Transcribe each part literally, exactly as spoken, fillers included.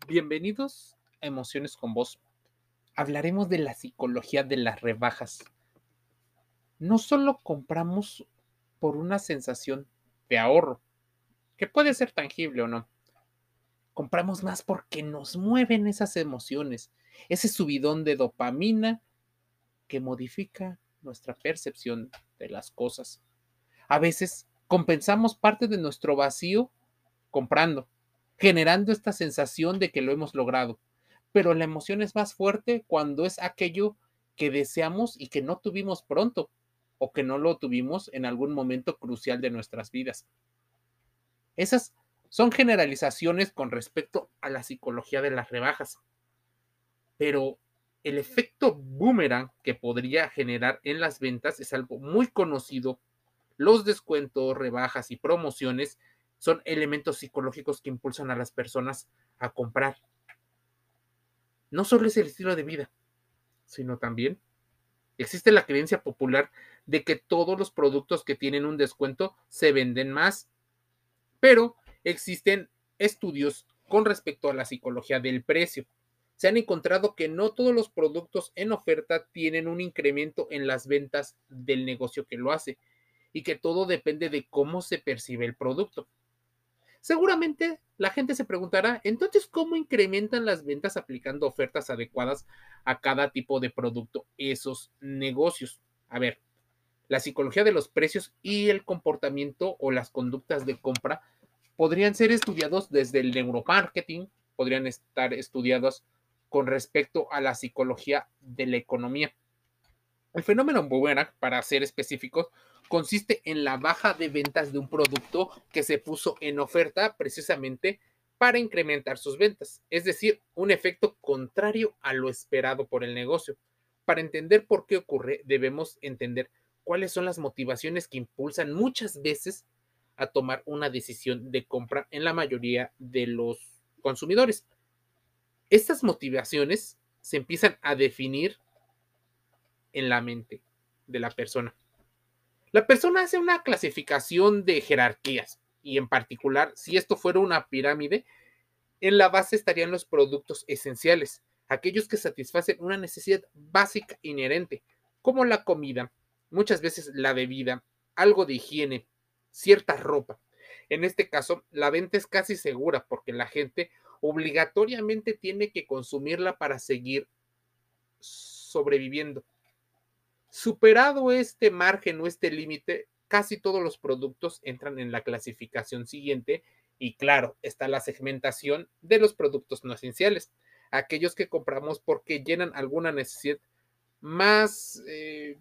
Bienvenidos a Emociones con Vos. Hablaremos de la psicología de las rebajas. No solo compramos por una sensación de ahorro, que puede ser tangible o no. Compramos más porque nos mueven esas emociones, ese subidón de dopamina que modifica nuestra percepción de las cosas. A veces compensamos parte de nuestro vacío comprando, generando esta sensación de que lo hemos logrado. Pero la emoción es más fuerte cuando es aquello que deseamos y que no tuvimos pronto o que no lo tuvimos en algún momento crucial de nuestras vidas. Esas son generalizaciones con respecto a la psicología de las rebajas, pero el efecto boomerang que podría generar en las ventas es algo muy conocido. Los descuentos, rebajas y promociones son elementos psicológicos que impulsan a las personas a comprar. No solo es el estilo de vida, sino también existe la creencia popular de que todos los productos que tienen un descuento se venden más, pero existen estudios con respecto a la psicología del precio. Se han encontrado que no todos los productos en oferta tienen un incremento en las ventas del negocio que lo hace y que todo depende de cómo se percibe el producto. Seguramente la gente se preguntará, entonces, ¿cómo incrementan las ventas aplicando ofertas adecuadas a cada tipo de producto esos negocios? A ver, la psicología de los precios y el comportamiento o las conductas de compra podrían ser estudiados desde el neuromarketing, podrían estar estudiados con respecto a la psicología de la economía. El fenómeno boomerang, para ser específicos, consiste en la baja de ventas de un producto que se puso en oferta precisamente para incrementar sus ventas, es decir, un efecto contrario a lo esperado por el negocio. Para entender por qué ocurre, debemos entender cuáles son las motivaciones que impulsan muchas veces a tomar una decisión de compra en la mayoría de los consumidores. Estas motivaciones se empiezan a definir en la mente de la persona. La persona hace una clasificación de jerarquías y en particular, si esto fuera una pirámide, en la base estarían los productos esenciales, aquellos que satisfacen una necesidad básica inherente, como la comida, muchas veces la bebida, algo de higiene, cierta ropa. En este caso, la venta es casi segura porque la gente obligatoriamente tiene que consumirla para seguir sobreviviendo. Superado este margen o este límite, casi todos los productos entran en la clasificación siguiente y claro, está la segmentación de los productos no esenciales, aquellos que compramos porque llenan alguna necesidad más eh,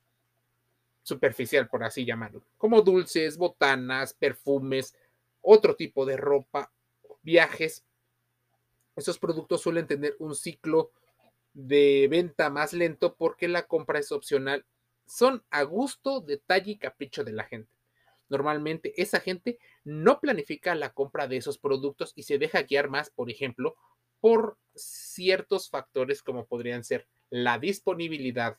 superficial, por así llamarlo, como dulces, botanas, perfumes, otro tipo de ropa, viajes. Esos productos suelen tener un ciclo de venta más lento porque la compra es opcional. Son a gusto, detalle y capricho de la gente. Normalmente esa gente no planifica la compra de esos productos y se deja guiar más, por ejemplo, por ciertos factores como podrían ser la disponibilidad,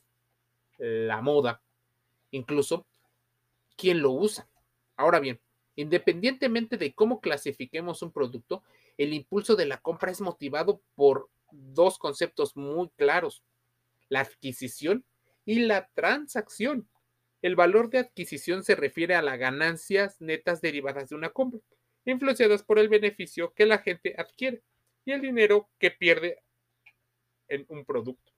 la moda, incluso quién lo usa. Ahora bien, independientemente de cómo clasifiquemos un producto, el impulso de la compra es motivado por dos conceptos muy claros: la adquisición y la transacción. El valor de adquisición se refiere a las ganancias netas derivadas de una compra, influenciadas por el beneficio que la gente adquiere y el dinero que pierde en un producto.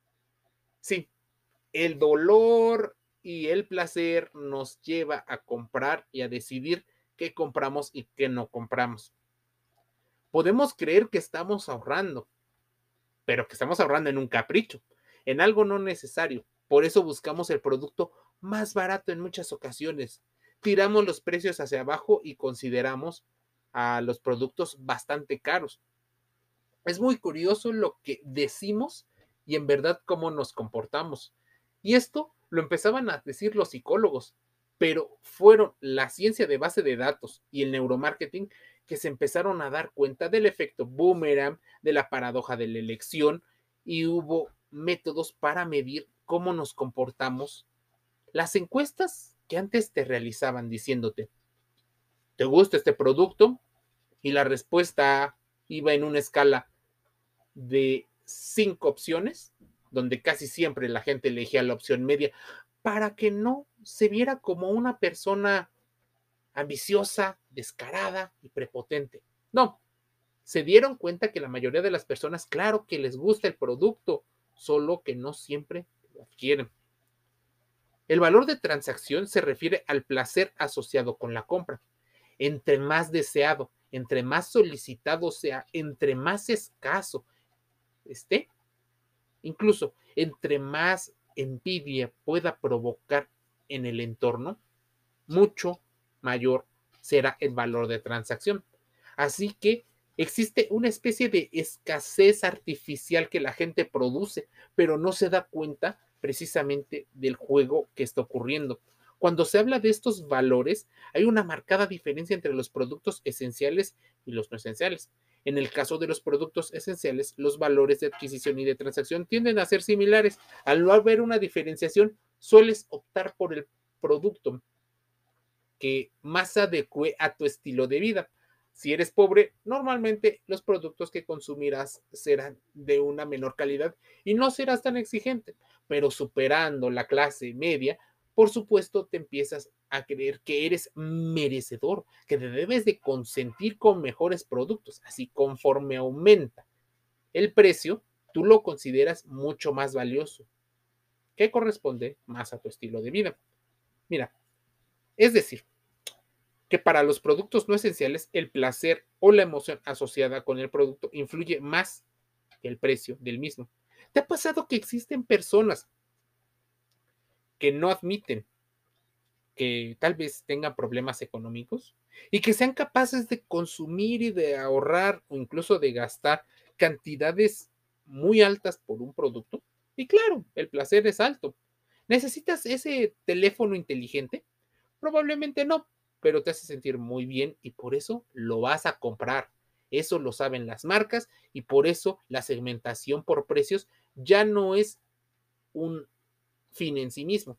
Sí, el dolor y el placer nos lleva a comprar y a decidir qué compramos y qué no compramos. Podemos creer que estamos ahorrando, pero que estamos ahorrando en un capricho, en algo no necesario. Por eso buscamos el producto más barato en muchas ocasiones. Tiramos los precios hacia abajo y consideramos a los productos bastante caros. Es muy curioso lo que decimos y en verdad cómo nos comportamos. Y esto lo empezaban a decir los psicólogos, pero fueron la ciencia de base de datos y el neuromarketing que se empezaron a dar cuenta del efecto boomerang, de la paradoja de la elección, y hubo métodos para medir cómo nos comportamos. Las encuestas que antes te realizaban diciéndote, ¿te gusta este producto? Y la respuesta iba en una escala de cinco opciones, donde casi siempre la gente elegía la opción media, para que no se viera como una persona ambiciosa, descarada y prepotente. No, se dieron cuenta que la mayoría de las personas, claro que les gusta el producto, solo que no siempre lo adquieren. El valor de transacción se refiere al placer asociado con la compra. Entre más deseado, entre más solicitado sea, entre más escaso esté, incluso entre más envidia pueda provocar en el entorno, mucho mayor será el valor de transacción. Así que existe una especie de escasez artificial que la gente produce, pero no se da cuenta precisamente del juego que está ocurriendo. Cuando se habla de estos valores, hay una marcada diferencia entre los productos esenciales y los no esenciales. En el caso de los productos esenciales, los valores de adquisición y de transacción tienden a ser similares. Al no haber una diferenciación, sueles optar por el producto que más adecue a tu estilo de vida. Si eres pobre, normalmente los productos que consumirás serán de una menor calidad y no serás tan exigente, pero superando la clase media, por supuesto te empiezas a creer que eres merecedor, que te debes de consentir con mejores productos. Así, conforme aumenta el precio, tú lo consideras mucho más valioso, que corresponde más a tu estilo de vida. Mira, es decir, que para los productos no esenciales el placer o la emoción asociada con el producto influye más que el precio del mismo. ¿Te ha pasado que existen personas que no admiten que tal vez tengan problemas económicos y que sean capaces de consumir y de ahorrar o incluso de gastar cantidades muy altas por un producto? Y claro, el placer es alto. ¿Necesitas ese teléfono inteligente? Probablemente no, pero te hace sentir muy bien y por eso lo vas a comprar. Eso lo saben las marcas y por eso la segmentación por precios ya no es un fin en sí mismo.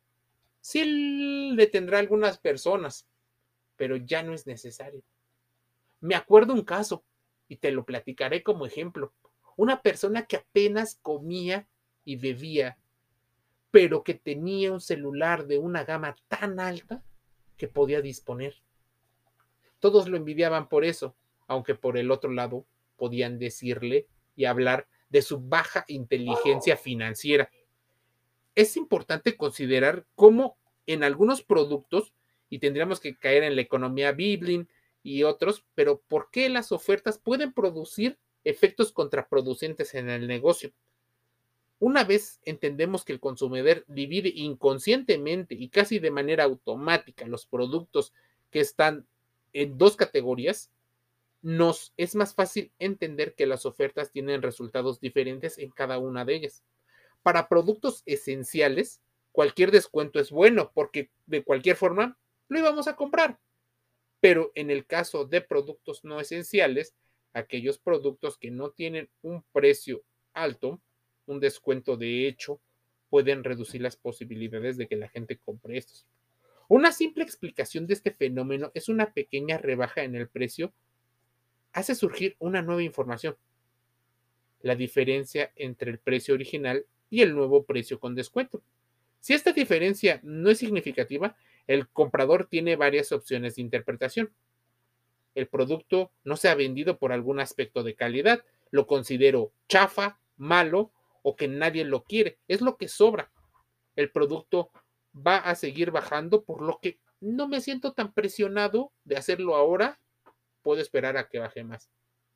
Sí le tendrá a algunas personas, pero ya no es necesario. Me acuerdo un caso y te lo platicaré como ejemplo. Una persona que apenas comía y bebía, pero que tenía un celular de una gama tan alta que podía disponer. Todos lo envidiaban por eso, aunque por el otro lado podían decirle y hablar de su baja inteligencia financiera. Es importante considerar cómo en algunos productos, y tendríamos que caer en la economía Biblin y otros, pero por qué las ofertas pueden producir efectos contraproducentes en el negocio. Una vez entendemos que el consumidor divide inconscientemente y casi de manera automática los productos que están en dos categorías, nos es más fácil entender que las ofertas tienen resultados diferentes en cada una de ellas. Para productos esenciales, cualquier descuento es bueno porque de cualquier forma lo íbamos a comprar. Pero en el caso de productos no esenciales, aquellos productos que no tienen un precio alto, un descuento de hecho, pueden reducir las posibilidades de que la gente compre estos. Una simple explicación de este fenómeno es una pequeña rebaja en el precio hace surgir una nueva información, la diferencia entre el precio original y el nuevo precio con descuento. Si esta diferencia no es significativa, el comprador tiene varias opciones de interpretación. El producto no se ha vendido por algún aspecto de calidad, lo considero chafa, malo o que nadie lo quiere, es lo que sobra. El producto va a seguir bajando, por lo que no me siento tan presionado de hacerlo ahora, puedo esperar a que baje más.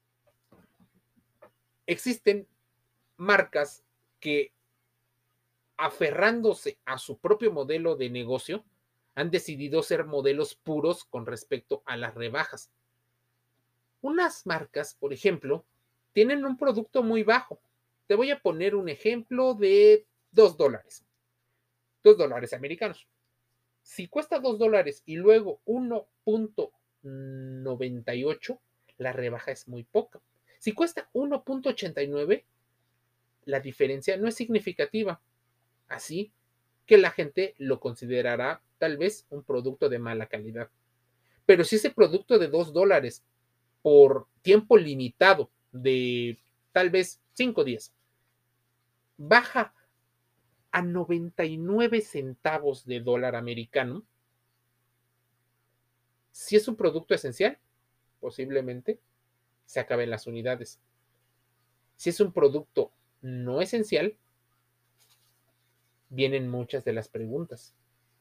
Existen marcas que, aferrándose a su propio modelo de negocio, han decidido ser modelos puros con respecto a las rebajas. Unas marcas, por ejemplo, tienen un producto muy bajo. Te voy a poner un ejemplo de dos dólares. Dos dólares americanos. Si cuesta dos dólares y luego uno punto noventa y ocho, la rebaja es muy poca. Si cuesta uno punto ochenta y nueve, la diferencia no es significativa. Así que la gente lo considerará tal vez un producto de mala calidad. Pero si ese producto de dos dólares por tiempo limitado de tal vez cinco días, baja a noventa y nueve centavos de dólar americano, si es un producto esencial, posiblemente se acaben las unidades. Si es un producto no esencial, vienen muchas de las preguntas.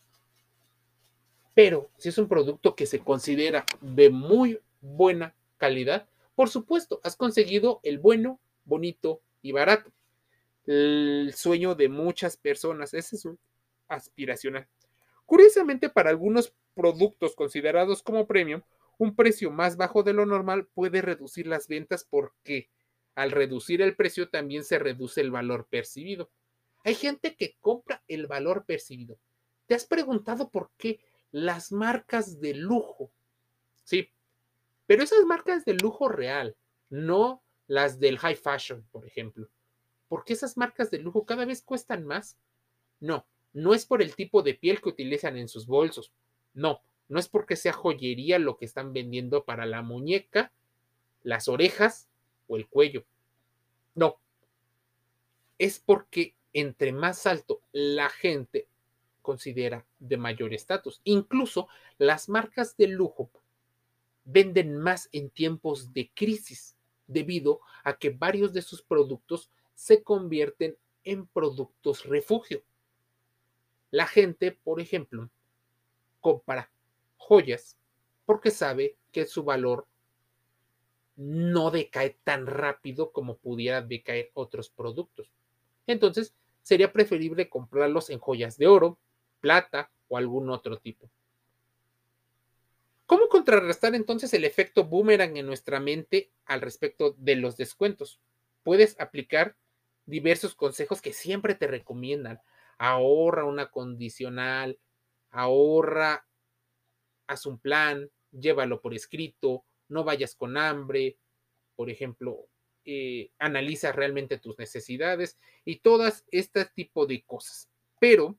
Pero si es un producto que se considera de muy buena calidad, por supuesto, has conseguido el bueno, bonito y barato. El sueño de muchas personas, ese es un aspiracional. Curiosamente, para algunos productos considerados como premium, un precio más bajo de lo normal puede reducir las ventas porque al reducir el precio también se reduce el valor percibido. Hay gente que compra el valor percibido. ¿Te has preguntado por qué las marcas de lujo? Sí, pero esas marcas de lujo real, no las del high fashion, por ejemplo. ¿Por qué esas marcas de lujo cada vez cuestan más? No, no es por el tipo de piel que utilizan en sus bolsos. No, no es porque sea joyería lo que están vendiendo para la muñeca, las orejas o el cuello. No, es porque entre más alto la gente considera de mayor estatus. Incluso las marcas de lujo venden más en tiempos de crisis debido a que varios de sus productos se convierten en productos refugio. La gente, por ejemplo, compra joyas porque sabe que su valor no decae tan rápido como pudiera decaer otros productos. Entonces, sería preferible comprarlos en joyas de oro, plata o algún otro tipo. ¿Cómo contrarrestar entonces el efecto boomerang en nuestra mente al respecto de los descuentos? Puedes aplicar diversos consejos que siempre te recomiendan. Ahorra una condicional, ahorra, haz un plan, llévalo por escrito, no vayas con hambre, por ejemplo, eh, analiza realmente tus necesidades y todas este tipo de cosas. Pero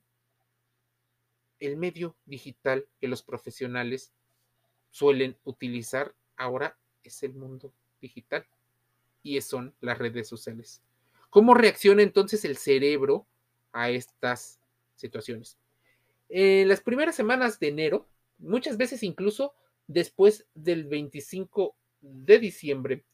el medio digital que los profesionales suelen utilizar ahora es el mundo digital y son las redes sociales. ¿Cómo reacciona entonces el cerebro a estas situaciones? En las primeras semanas de enero, muchas veces incluso después del veinticinco de diciembre,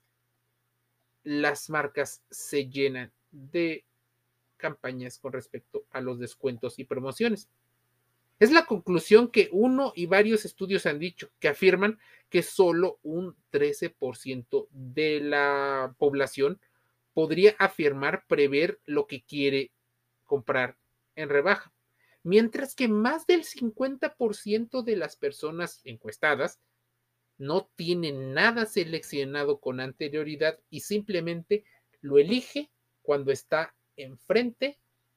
las marcas se llenan de campañas con respecto a los descuentos y promociones. Es la conclusión que uno y varios estudios han dicho, que afirman que solo un trece por ciento de la población podría afirmar prever lo que quiere comprar en rebaja, mientras que más del cincuenta por ciento de las personas encuestadas no tienen nada seleccionado con anterioridad y simplemente lo elige cuando está enfrente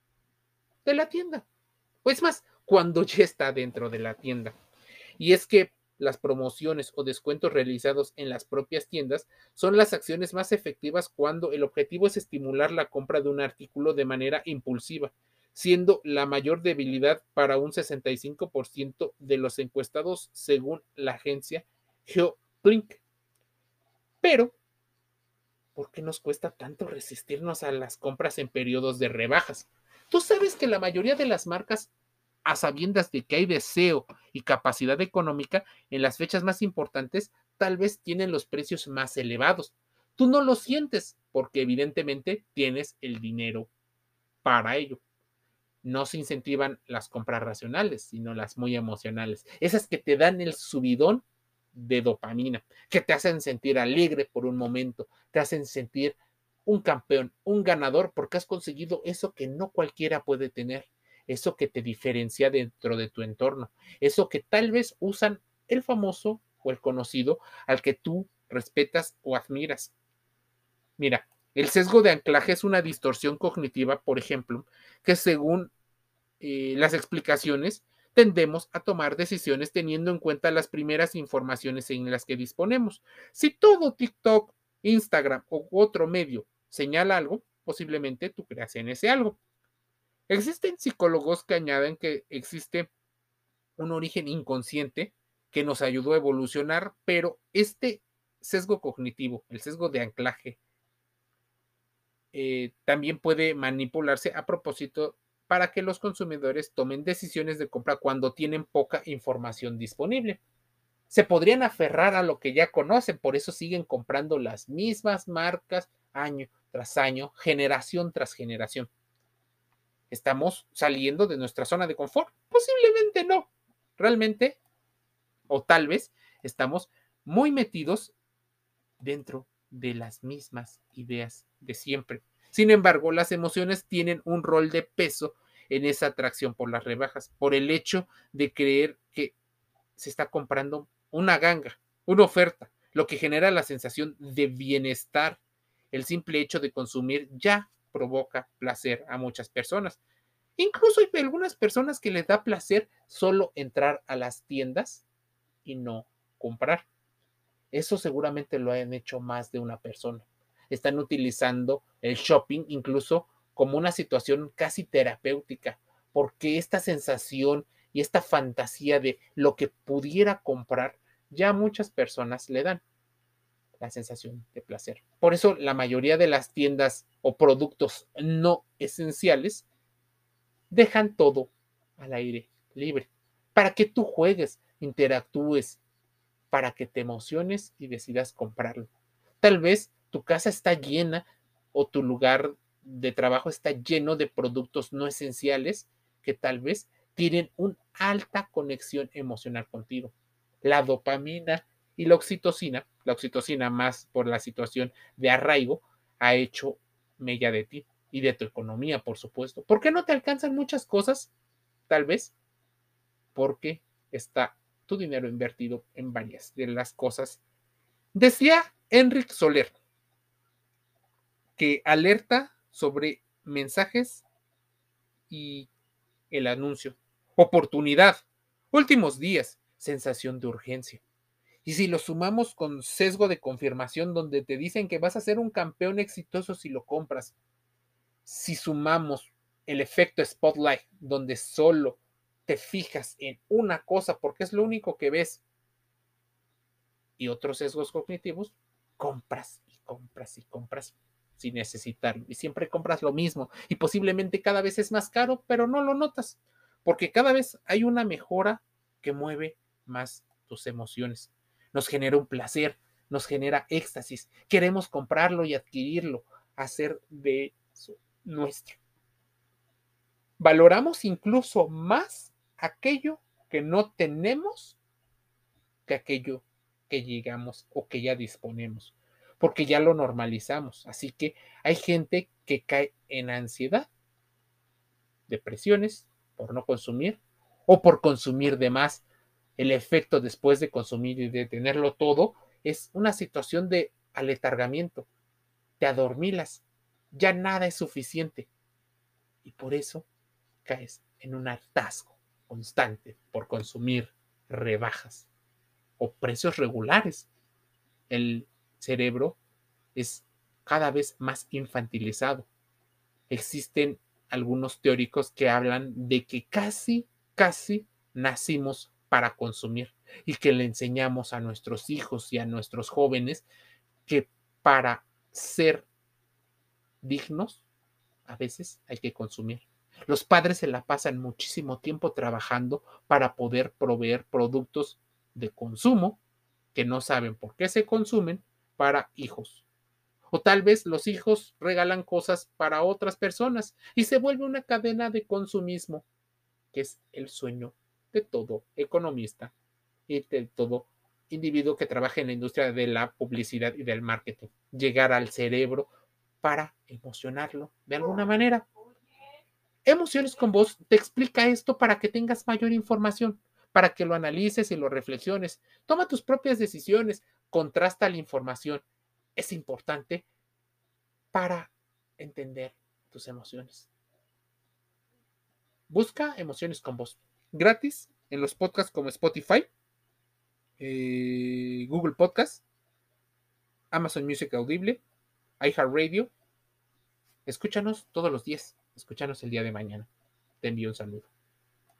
de la tienda. O es más, cuando ya está dentro de la tienda. Y es que las promociones o descuentos realizados en las propias tiendas son las acciones más efectivas cuando el objetivo es estimular la compra de un artículo de manera impulsiva, siendo la mayor debilidad para un sesenta y cinco por ciento de los encuestados según la agencia GeoPlink. Pero, ¿por qué nos cuesta tanto resistirnos a las compras en periodos de rebajas? Tú sabes que la mayoría de las marcas, a sabiendas de que hay deseo y capacidad económica en las fechas más importantes, tal vez tienen los precios más elevados. Tú no lo sientes porque evidentemente tienes el dinero para ello. No se incentivan las compras racionales, sino las muy emocionales. Esas que te dan el subidón de dopamina, que te hacen sentir alegre por un momento, te hacen sentir un campeón, un ganador, porque has conseguido eso que no cualquiera puede tener, eso que te diferencia dentro de tu entorno, eso que tal vez usan el famoso o el conocido al que tú respetas o admiras. Mira, el sesgo de anclaje es una distorsión cognitiva, por ejemplo, que según eh, las explicaciones, tendemos a tomar decisiones teniendo en cuenta las primeras informaciones en las que disponemos. Si todo TikTok, Instagram u otro medio señala algo, posiblemente tú creas en ese algo. Existen psicólogos que añaden que existe un origen inconsciente que nos ayudó a evolucionar, pero este sesgo cognitivo, el sesgo de anclaje, eh, también puede manipularse a propósito para que los consumidores tomen decisiones de compra cuando tienen poca información disponible. Se podrían aferrar a lo que ya conocen, por eso siguen comprando las mismas marcas año tras año, generación tras generación. ¿Estamos saliendo de nuestra zona de confort? Posiblemente no. Realmente, o tal vez, estamos muy metidos dentro de las mismas ideas de siempre. Sin embargo, las emociones tienen un rol de peso en esa atracción por las rebajas, por el hecho de creer que se está comprando una ganga, una oferta, lo que genera la sensación de bienestar. El simple hecho de consumir ya provoca placer a muchas personas. Incluso hay algunas personas que les da placer solo entrar a las tiendas y no comprar. Eso seguramente lo han hecho más de una persona. Están utilizando el shopping incluso como una situación casi terapéutica, porque esta sensación y esta fantasía de lo que pudiera comprar, ya muchas personas le dan la sensación de placer. Por eso la mayoría de las tiendas o productos no esenciales dejan todo al aire libre, para que tú juegues, interactúes, para que te emociones y decidas comprarlo. Tal vez tu casa está llena o tu lugar de trabajo está lleno de productos no esenciales que tal vez tienen una alta conexión emocional contigo. La dopamina y la oxitocina, la oxitocina más por la situación de arraigo, ha hecho mella de ti y de tu economía, por supuesto. ¿Por qué no te alcanzan muchas cosas? Tal vez porque está tu dinero invertido en varias de las cosas. Decía Enrique Soler que alerta sobre mensajes y el anuncio. Oportunidad. Últimos días. Sensación de urgencia. Y si lo sumamos con sesgo de confirmación donde te dicen que vas a ser un campeón exitoso si lo compras. Si sumamos el efecto spotlight donde solo te fijas en una cosa porque es lo único que ves y otros sesgos cognitivos, compras y compras y compras sin necesitarlo. Y siempre compras lo mismo. Y posiblemente cada vez es más caro, pero no lo notas. Porque cada vez hay una mejora que mueve más tus emociones. Nos genera un placer, nos genera éxtasis. Queremos comprarlo y adquirirlo, hacer de eso nuestro. Valoramos incluso más aquello que no tenemos que aquello que llegamos o que ya disponemos, porque ya lo normalizamos. Así que hay gente que cae en ansiedad, depresiones por no consumir o por consumir de más. El efecto después de consumir y de tenerlo todo es una situación de aletargamiento. Te adormilas, ya nada es suficiente y por eso caes en un hartazgo constante por consumir rebajas o precios regulares. El cerebro es cada vez más infantilizado. Existen algunos teóricos que hablan de que casi, casi nacimos para consumir y que le enseñamos a nuestros hijos y a nuestros jóvenes que para ser dignos a veces hay que consumir. Los padres se la pasan muchísimo tiempo trabajando para poder proveer productos de consumo que no saben por qué se consumen para hijos. O tal vez los hijos regalan cosas para otras personas y se vuelve una cadena de consumismo, que es el sueño de todo economista y de todo individuo que trabaja en la industria de la publicidad y del marketing. Llegar al cerebro para emocionarlo de alguna manera. Emociones con Voz te explica esto para que tengas mayor información, para que lo analices y lo reflexiones. Toma tus propias decisiones, contrasta la información. Es importante para entender tus emociones. Busca Emociones con Voz. Gratis en los podcasts como Spotify, eh, Google Podcast, Amazon Music Audible, iHeartRadio. Escúchanos todos los días. Escúchanos el día de mañana. Te envío un saludo.